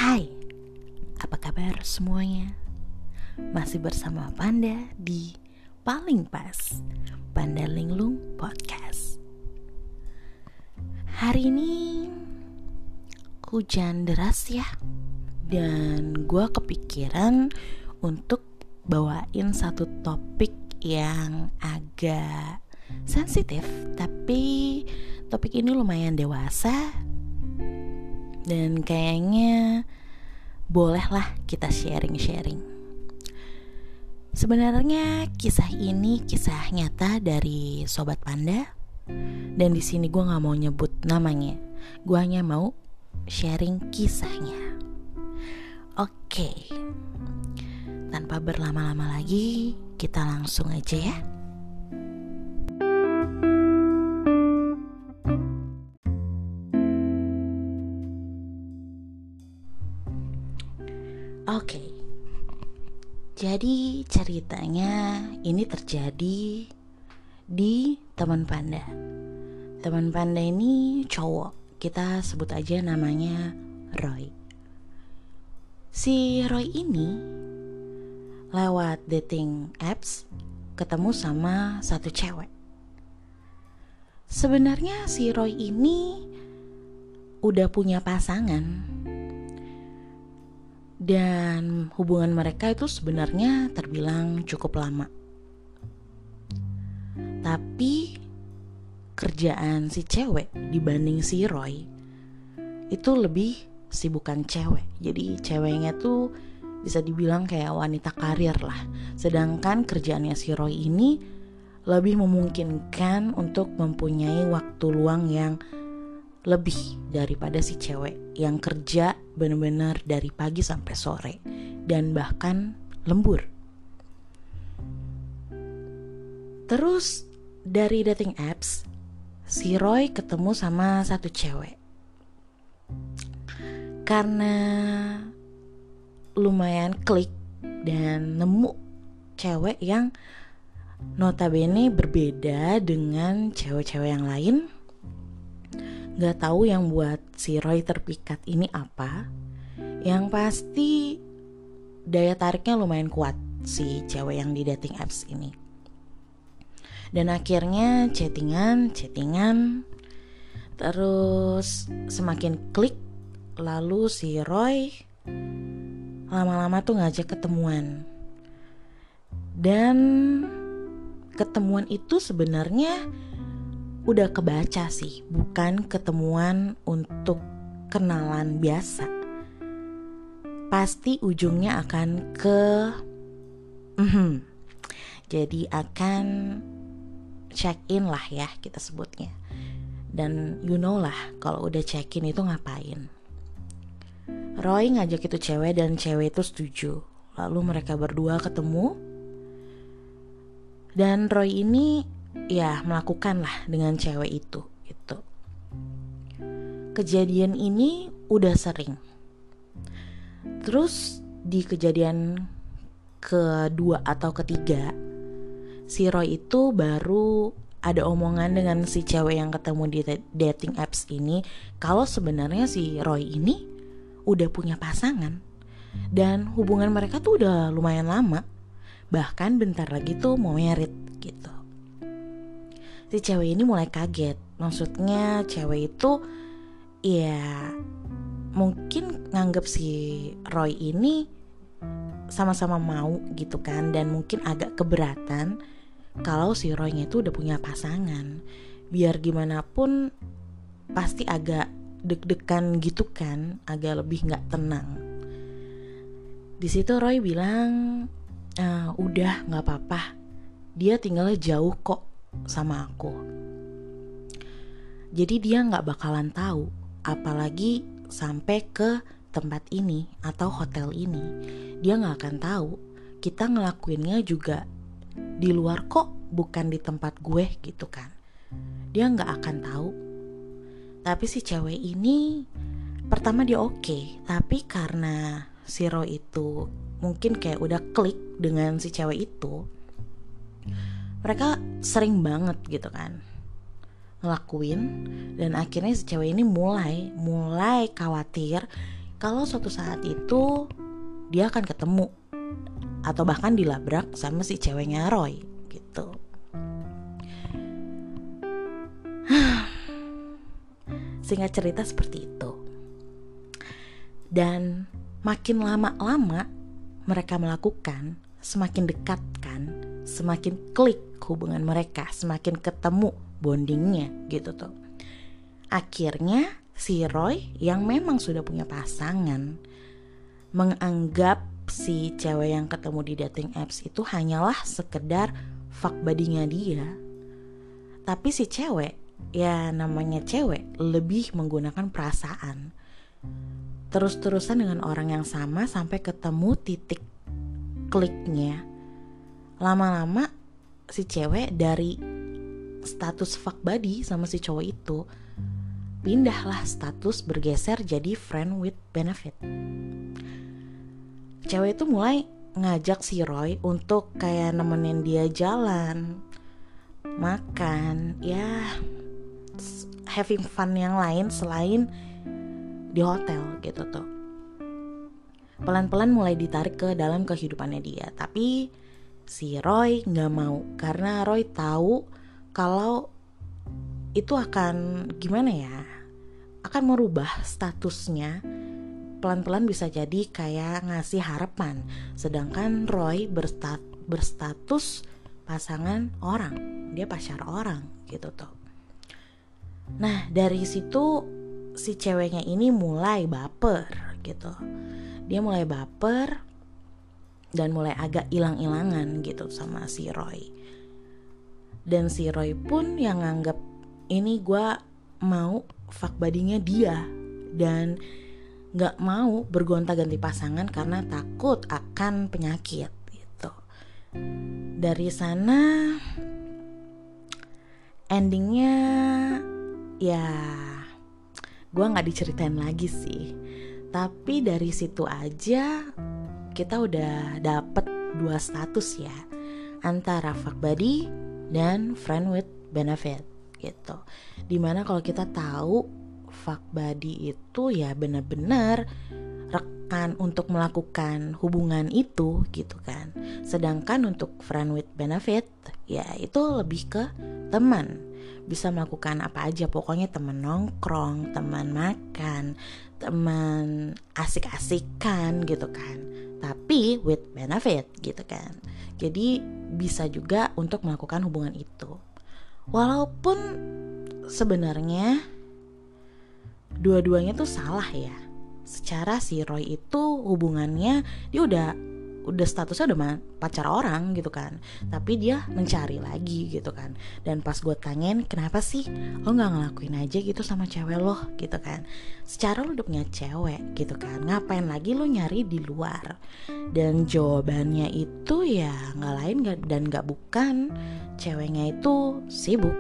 Hai, apa kabar semuanya? Masih bersama Panda di Paling Pas, Panda Linglung Podcast. Hari ini hujan deras ya, dan gue kepikiran untuk bawain satu topik yang agak sensitif, tapi topik ini lumayan dewasa dan kayaknya bolehlah kita sharing-sharing. Sebenarnya kisah ini kisah nyata dari Sobat Panda, dan di sini gue nggak mau nyebut namanya, gue hanya mau sharing kisahnya. Oke, tanpa berlama-lama lagi, kita langsung aja ya. Oke, jadi ceritanya ini terjadi di teman Panda. Teman Panda ini cowok, kita sebut aja namanya Roy. Si Roy ini lewat dating apps ketemu sama satu cewek. Sebenarnya si Roy ini udah punya pasangan, dan hubungan mereka itu sebenarnya terbilang cukup lama. Tapi kerjaan si cewek dibanding si Roy itu lebih sibukan cewek. Jadi ceweknya tuh bisa dibilang kayak wanita karir lah. Sedangkan kerjaannya si Roy ini lebih memungkinkan untuk mempunyai waktu luang yang lebih daripada si cewek yang kerja benar-benar dari pagi sampai sore dan bahkan lembur. Terus dari dating apps, si Roy ketemu sama satu cewek. Karena lumayan klik dan nemu cewek yang notabene berbeda dengan cewek-cewek yang lain. Gak tahu yang buat si Roy terpikat ini apa. Yang pasti daya tariknya lumayan kuat si cewek yang di dating apps ini. Dan akhirnya chattingan. Terus semakin klik. Lalu si Roy lama-lama tuh ngajak ketemuan. Dan ketemuan itu sebenarnya udah kebaca sih, bukan ketemuan untuk kenalan biasa. Pasti ujungnya akan ke jadi akan check in lah ya kita sebutnya. Dan you know lah kalau udah check in itu ngapain. Roy ngajak itu cewek dan cewek itu setuju. Lalu mereka berdua ketemu. Dan Roy ini ya melakukan lah dengan cewek itu gitu. Kejadian ini udah sering. Terus di kejadian kedua atau ketiga, si Roy itu baru ada omongan dengan si cewek yang ketemu di dating apps ini, kalau sebenarnya si Roy ini udah punya pasangan dan hubungan mereka tuh udah lumayan lama, bahkan bentar lagi tuh mau married gitu. Si cewek ini mulai kaget. Maksudnya cewek itu ya mungkin nganggep si Roy ini sama-sama mau gitu kan. Dan mungkin agak keberatan kalau si Roy-nya itu udah punya pasangan. Biar gimana pun pasti agak deg-degan gitu kan, agak lebih gak tenang. Di situ Roy bilang, udah gak apa-apa, dia tinggalnya jauh kok sama aku. Jadi dia gak bakalan tahu, apalagi sampai ke tempat ini atau hotel ini. Dia gak akan tahu. Kita ngelakuinnya juga di luar kok, bukan di tempat gue gitu kan. Dia gak akan tahu. Tapi si cewek ini pertama dia oke, tapi karena si Roy itu mungkin kayak udah klik dengan si cewek itu, mereka sering banget gitu kan ngelakuin. Dan akhirnya si cewek ini mulai khawatir kalau suatu saat itu dia akan ketemu atau bahkan dilabrak sama si ceweknya Roy gitu. Singkat cerita seperti itu. Dan makin lama-lama mereka melakukan, semakin dekat kan, semakin klik hubungan mereka, semakin ketemu bondingnya gitu tuh. Akhirnya si Roy yang memang sudah punya pasangan menganggap si cewek yang ketemu di dating apps itu hanyalah sekedar fuck buddy-nya dia. Tapi si cewek, ya namanya cewek, lebih menggunakan perasaan. Terus-terusan dengan orang yang sama sampai ketemu titik kliknya. Lama-lama si cewek dari status fuck buddy sama si cowok itu pindahlah status, bergeser jadi friend with benefit. Cewek itu mulai ngajak si Roy untuk kayak nemenin dia jalan, makan, ya having fun yang lain selain di hotel gitu tuh. Pelan-pelan mulai ditarik ke dalam kehidupannya dia. Tapi si Roy gak mau, karena Roy tahu kalau itu akan gimana ya, akan merubah statusnya. Pelan-pelan bisa jadi kayak ngasih harapan, sedangkan Roy berstatus pasangan orang, dia pacar orang gitu tuh. Nah dari situ si ceweknya ini mulai baper gitu. Dia mulai baper dan mulai agak hilang-hilangan gitu sama si Roy. Dan si Roy pun yang nganggap ini gue mau fuck buddy-nya dia dan gak mau bergonta-ganti pasangan karena takut akan penyakit gitu. Dari sana endingnya ya gue gak diceritain lagi sih. Tapi dari situ aja kita udah dapet 2 status ya, antara fuck buddy dan friend with benefit gitu. Dimana kalau kita tahu fuck buddy itu ya benar-benar rekan untuk melakukan hubungan itu gitu kan. Sedangkan untuk friend with benefit ya itu lebih ke teman. Bisa melakukan apa aja, pokoknya teman nongkrong, teman makan, teman asik-asikan gitu kan. Tapi with benefit gitu kan. Jadi bisa juga untuk melakukan hubungan itu. Walaupun sebenarnya dua-duanya tuh salah ya. Secara si Roy itu hubungannya dia udah statusnya udah pacar orang gitu kan, tapi dia mencari lagi gitu kan. Dan pas gue tanyain kenapa sih lo nggak ngelakuin aja gitu sama cewek lo gitu kan, secara lo udah punya cewek gitu kan, ngapain lagi lo nyari di luar. Dan jawabannya itu ya nggak lain dan nggak bukan, ceweknya itu sibuk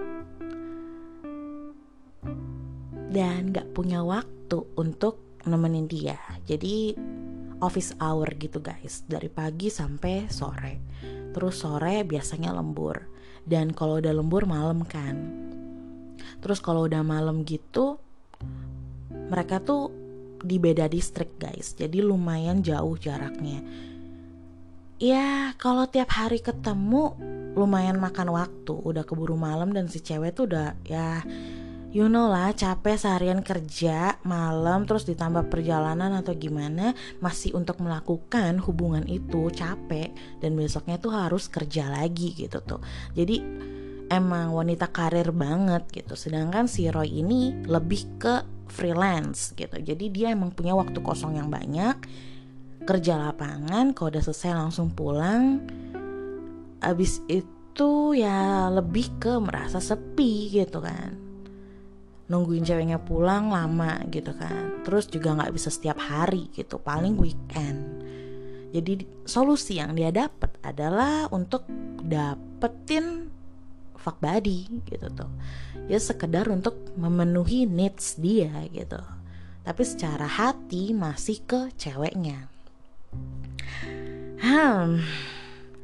dan nggak punya waktu untuk nemenin dia. Jadi office hour gitu guys, dari pagi sampai sore. Terus sore biasanya lembur, dan kalau udah lembur malam kan. Terus kalau udah malam gitu mereka tuh di beda distrik guys, jadi lumayan jauh jaraknya. Ya kalau tiap hari ketemu lumayan makan waktu, udah keburu malam dan si cewek tuh udah ya you know lah, capek seharian kerja malam, terus ditambah perjalanan atau gimana, masih untuk melakukan hubungan itu capek, dan besoknya tuh harus kerja lagi gitu tuh. Jadi emang wanita karir banget gitu. Sedangkan si Roy ini lebih ke freelance gitu. Jadi dia emang punya waktu kosong yang banyak, kerja lapangan, kalau udah selesai langsung pulang. Abis itu ya lebih ke merasa sepi gitu kan, nungguin ceweknya pulang lama gitu kan. Terus juga gak bisa setiap hari gitu, paling weekend. Jadi solusi yang dia dapat adalah untuk dapetin fuck buddy gitu tuh. Ya sekedar untuk memenuhi needs dia gitu, tapi secara hati masih ke ceweknya.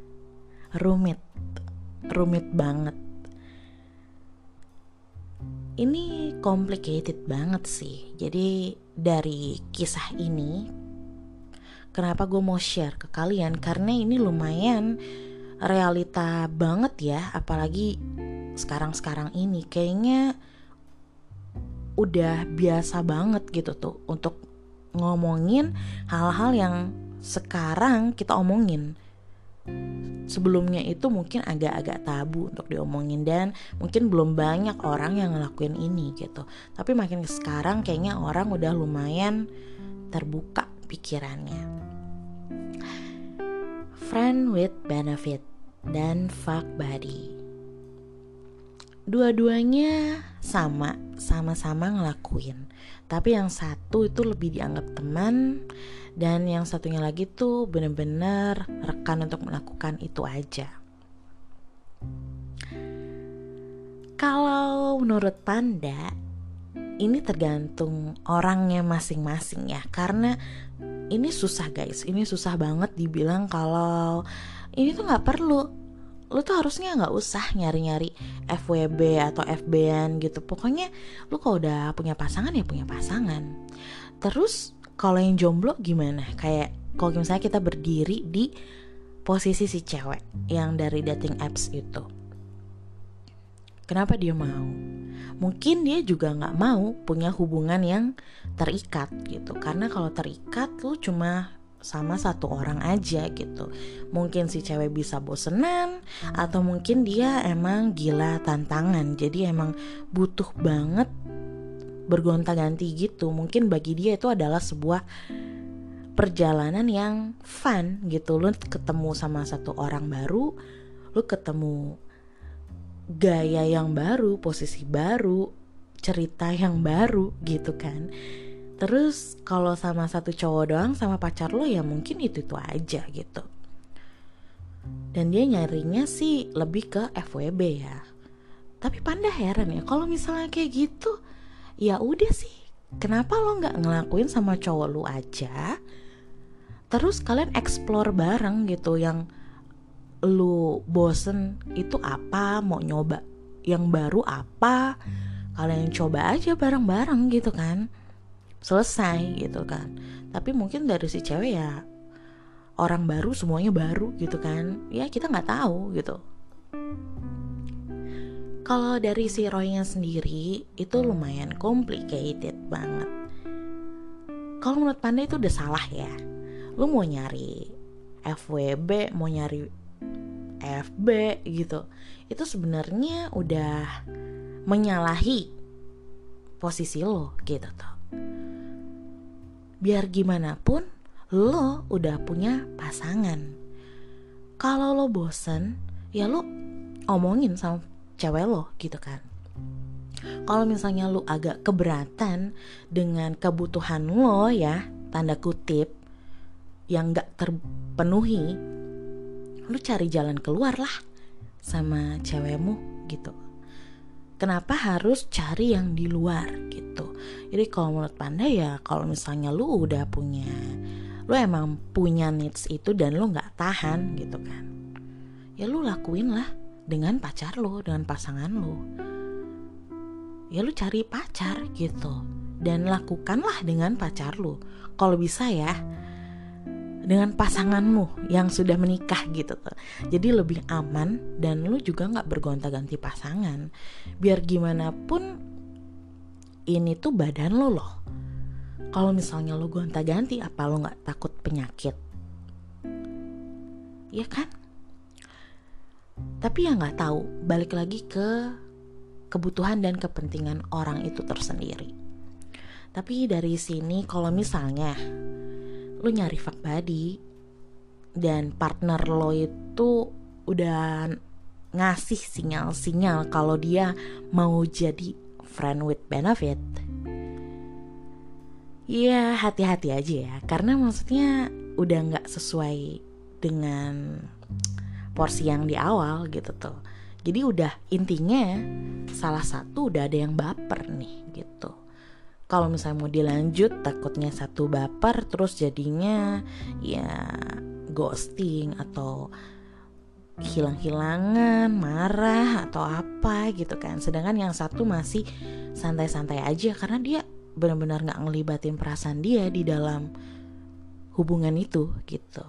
Rumit banget. Ini complicated banget sih. Jadi dari kisah ini, kenapa gue mau share ke kalian, karena ini lumayan realita banget ya. Apalagi sekarang-sekarang ini kayaknya udah biasa banget gitu tuh untuk ngomongin hal-hal yang sekarang kita omongin. Sebelumnya itu mungkin agak-agak tabu untuk diomongin dan mungkin belum banyak orang yang ngelakuin ini gitu. Tapi makin sekarang kayaknya orang udah lumayan terbuka pikirannya. Friend with benefit dan fuck buddy. Dua-duanya sama-sama ngelakuin. Tapi yang satu itu lebih dianggap teman, dan yang satunya lagi tuh bener-bener rekan untuk melakukan itu aja. Kalau menurut Panda, ini tergantung orangnya masing-masing ya. Karena ini susah guys, ini susah banget dibilang kalau ini tuh gak perlu. Lu tuh harusnya gak usah nyari-nyari FWB atau FB-an gitu. Pokoknya lu kalau udah punya pasangan ya punya pasangan. Terus kalau yang jomblo gimana? Kayak kalau misalnya kita berdiri di posisi si cewek yang dari dating apps itu, kenapa dia mau? Mungkin dia juga gak mau punya hubungan yang terikat gitu. Karena kalau terikat lu cuma sama satu orang aja gitu. Mungkin si cewek bisa bosenan, atau mungkin dia emang gila tantangan, jadi emang butuh banget bergonta-ganti gitu. Mungkin bagi dia itu adalah sebuah perjalanan yang fun gitu. Lu ketemu sama satu orang baru, lu ketemu gaya yang baru, posisi baru, cerita yang baru gitu kan. Terus kalau sama satu cowok doang sama pacar lo ya mungkin itu aja gitu. Dan dia nyarinya sih lebih ke FWB ya. Tapi Panda heran ya, kalau misalnya kayak gitu, ya udah sih, kenapa lo nggak ngelakuin sama cowok lo aja? Terus kalian explore bareng gitu. Yang lo bosen itu apa, mau nyoba yang baru apa, kalian coba aja bareng-bareng gitu kan. Selesai gitu kan. Tapi mungkin dari si cewek ya orang baru, semuanya baru gitu kan. Ya kita gak tahu gitu. Kalau dari si Roy-nya sendiri itu lumayan complicated banget. Kalau menurut Panda itu udah salah ya. Lu mau nyari FWB, mau nyari FB gitu, itu sebenarnya udah menyalahi posisi lo gitu tuh. Biar gimana pun lo udah punya pasangan. Kalau lo bosen, ya lo omongin sama cewek lo gitu kan. Kalau misalnya lo agak keberatan dengan kebutuhan lo ya, tanda kutip, yang gak terpenuhi, lo cari jalan keluar lah sama cewekmu gitu. Kenapa harus cari yang di luar gitu? Jadi kalau menurut Panda ya, kalau misalnya lu udah punya, lu emang punya needs itu dan lu gak tahan gitu kan, ya lu lakuin lah dengan pacar lu, dengan pasangan lu. Ya lu cari pacar gitu, dan lakukanlah dengan pacar lu. Kalau bisa ya dengan pasanganmu yang sudah menikah gitu tuh. Jadi lebih aman dan lu juga gak bergonta-ganti pasangan. Biar gimana pun ini tuh badan lo loh. Kalau misalnya lu gonta-ganti, apa lu gak takut penyakit? Ya kan? Tapi ya gak tahu, balik lagi ke kebutuhan dan kepentingan orang itu tersendiri. Tapi dari sini kalau misalnya lu nyari fuck buddy dan partner lo itu udah ngasih sinyal-sinyal kalau dia mau jadi friend with benefit, ya hati-hati aja ya. Karena maksudnya udah gak sesuai dengan porsi yang di awal gitu tuh. Jadi udah intinya salah satu udah ada yang baper nih gitu. Kalau misalnya mau dilanjut, takutnya satu baper terus jadinya ya ghosting atau hilang-hilangan, marah atau apa gitu kan. Sedangkan yang satu masih santai-santai aja, karena dia benar-benar gak ngelibatin perasaan dia di dalam hubungan itu gitu.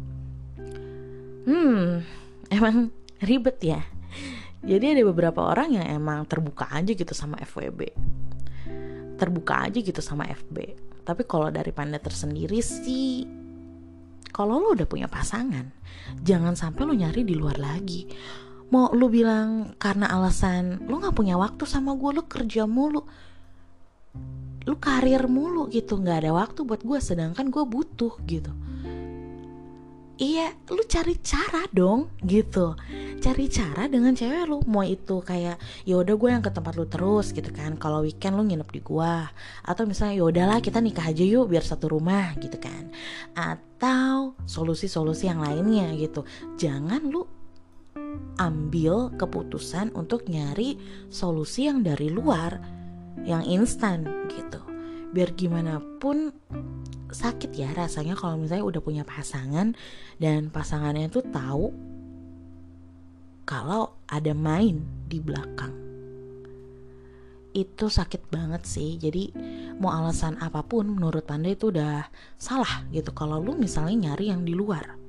Emang ribet ya. Jadi ada beberapa orang yang emang terbuka aja gitu sama FWB, terbuka aja gitu sama FB. Tapi kalau dari Panda tersendiri sih, kalau lo udah punya pasangan, jangan sampai lo nyari di luar lagi. Mau lo bilang karena alasan lo gak punya waktu sama gue, lo kerja mulu, lo karir mulu gitu, gak ada waktu buat gue, sedangkan gue butuh gitu. Iya, lu cari cara dong gitu. Cari cara dengan cewek lu. Mau itu kayak ya udah gue yang ke tempat lu terus gitu kan. Kalau weekend lu nginep di gua. Atau misalnya ya udahlah kita nikah aja yuk biar satu rumah gitu kan. Atau solusi-solusi yang lainnya gitu. Jangan lu ambil keputusan untuk nyari solusi yang dari luar, yang instan gitu. Biar gimana pun sakit ya rasanya kalau misalnya udah punya pasangan dan pasangannya tuh tahu kalau ada main di belakang. Itu sakit banget sih. Jadi mau alasan apapun menurut Panda itu udah salah gitu kalau lu misalnya nyari yang di luar.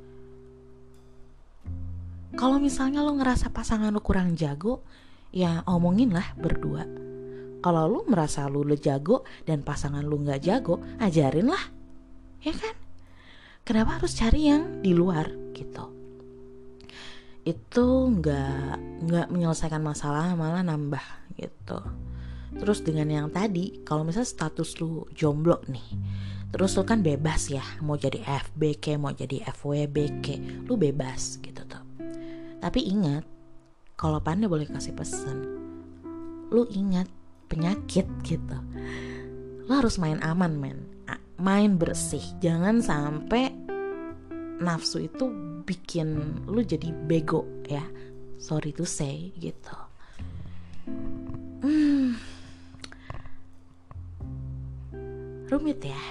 Kalau misalnya lu ngerasa pasangan lu kurang jago, ya omongin lah berdua. Kalau lu merasa lu jago dan pasangan lu gak jago, ajarin lah, ya kan? Kenapa harus cari yang di luar gitu? Itu nggak menyelesaikan masalah, malah nambah gitu. Terus dengan yang tadi, kalau misalnya status lu jomblo nih, terus lu kan bebas ya, mau jadi FBK, mau jadi FWBK, lu bebas gitu tuh. Tapi ingat, kalau Panda boleh kasih pesan, lu ingat penyakit gitu. Lo harus main aman main bersih. Jangan sampai nafsu itu bikin lo jadi bego ya. Sorry to say gitu. Rumit ya.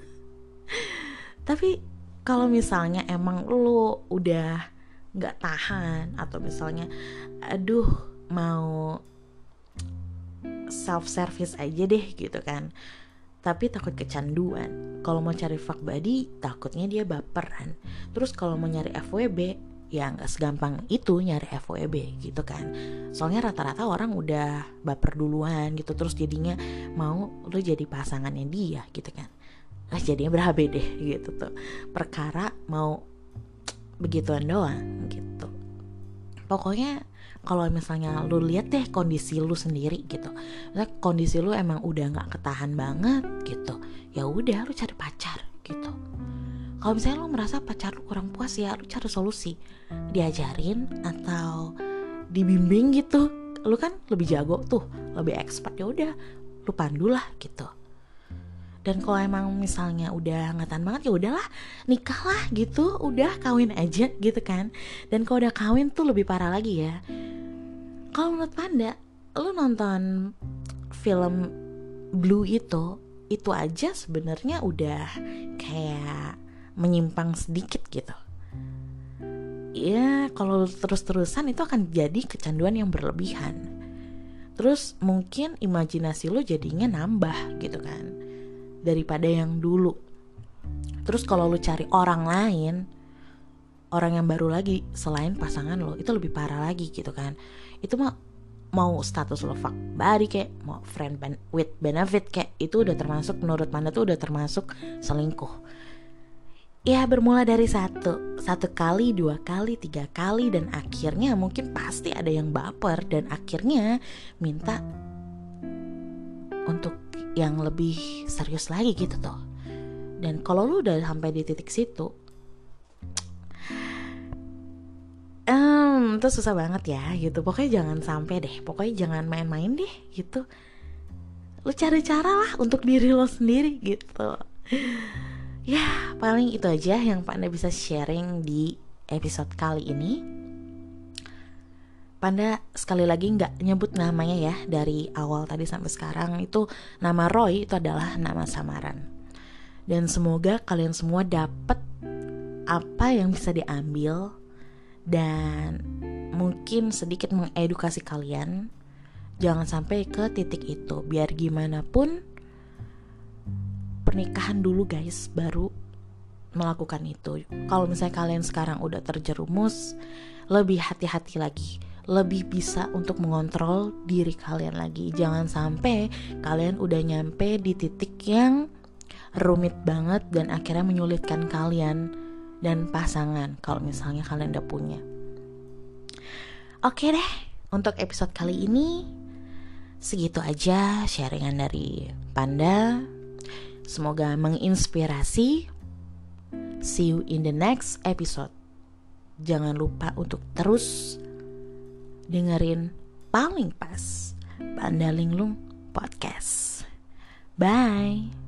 Tapi kalau misalnya emang lo udah gak tahan, atau misalnya aduh mau self-service aja deh gitu kan, tapi takut kecanduan. Kalau mau cari fuck buddy, takutnya dia baperan. Terus kalau mau nyari FWB, ya gak segampang itu nyari FWB gitu kan. Soalnya rata-rata orang udah baper duluan gitu, terus jadinya mau lu jadi pasangannya dia gitu kan. Jadinya berabe deh gitu tuh. Perkara mau begituan doang gitu. Pokoknya kalau misalnya lu lihat deh kondisi lu sendiri gitu, misalnya kondisi lu emang udah nggak ketahan banget gitu, ya udah lu cari pacar gitu. Kalau misalnya lu merasa pacar lu kurang puas, ya lu cari solusi, diajarin atau dibimbing gitu. Lu kan lebih jago tuh, lebih expert, ya udah lu pandulah gitu. Dan kalau emang misalnya udah nggak tahan banget, ya udahlah nikah lah gitu, udah kawin aja gitu kan. Dan kalau udah kawin tuh lebih parah lagi ya. Kalau menurut Panda, lu nonton film Blue itu aja sebenarnya udah kayak menyimpang sedikit gitu. Ya kalau terus-terusan itu akan jadi kecanduan yang berlebihan. Terus mungkin imajinasi lu jadinya nambah gitu kan, daripada yang dulu. Terus kalau lu cari orang lain, orang yang baru lagi selain pasangan lo, itu lebih parah lagi gitu kan. Itu mah mau status lo fuck buddy kayak, mau friend with benefit kayak, itu udah termasuk, menurut Panda tuh udah termasuk selingkuh. Ya bermula dari satu kali, 2 kali, 3 kali, dan akhirnya mungkin pasti ada yang baper dan akhirnya minta untuk yang lebih serius lagi gitu tuh. Dan kalau lu udah sampai di titik situ, itu susah banget ya gitu. Pokoknya jangan sampai deh, pokoknya jangan main-main deh gitu. Lu cari cara lah untuk diri lo sendiri gitu. Ya paling itu aja yang Panda bisa sharing di episode kali ini. Panda sekali lagi gak nyebut namanya ya, dari awal tadi sampai sekarang. Itu nama Roy itu adalah nama samaran. Dan semoga kalian semua dapat apa yang bisa diambil, dan mungkin sedikit mengedukasi kalian Jangan sampai ke titik itu. Biar gimana pun pernikahan dulu guys, baru melakukan itu. Kalau misalnya kalian sekarang udah terjerumus, lebih hati-hati lagi, lebih bisa untuk mengontrol diri kalian lagi. Jangan sampai kalian udah nyampe di titik yang rumit banget dan akhirnya menyulitkan kalian dan pasangan kalau misalnya kalian udah punya. Oke deh, untuk episode kali ini segitu aja sharingan dari Panda. Semoga menginspirasi. See you in the next episode. Jangan lupa untuk terus dengerin Paling Pas Panda Linglung Podcast. Bye.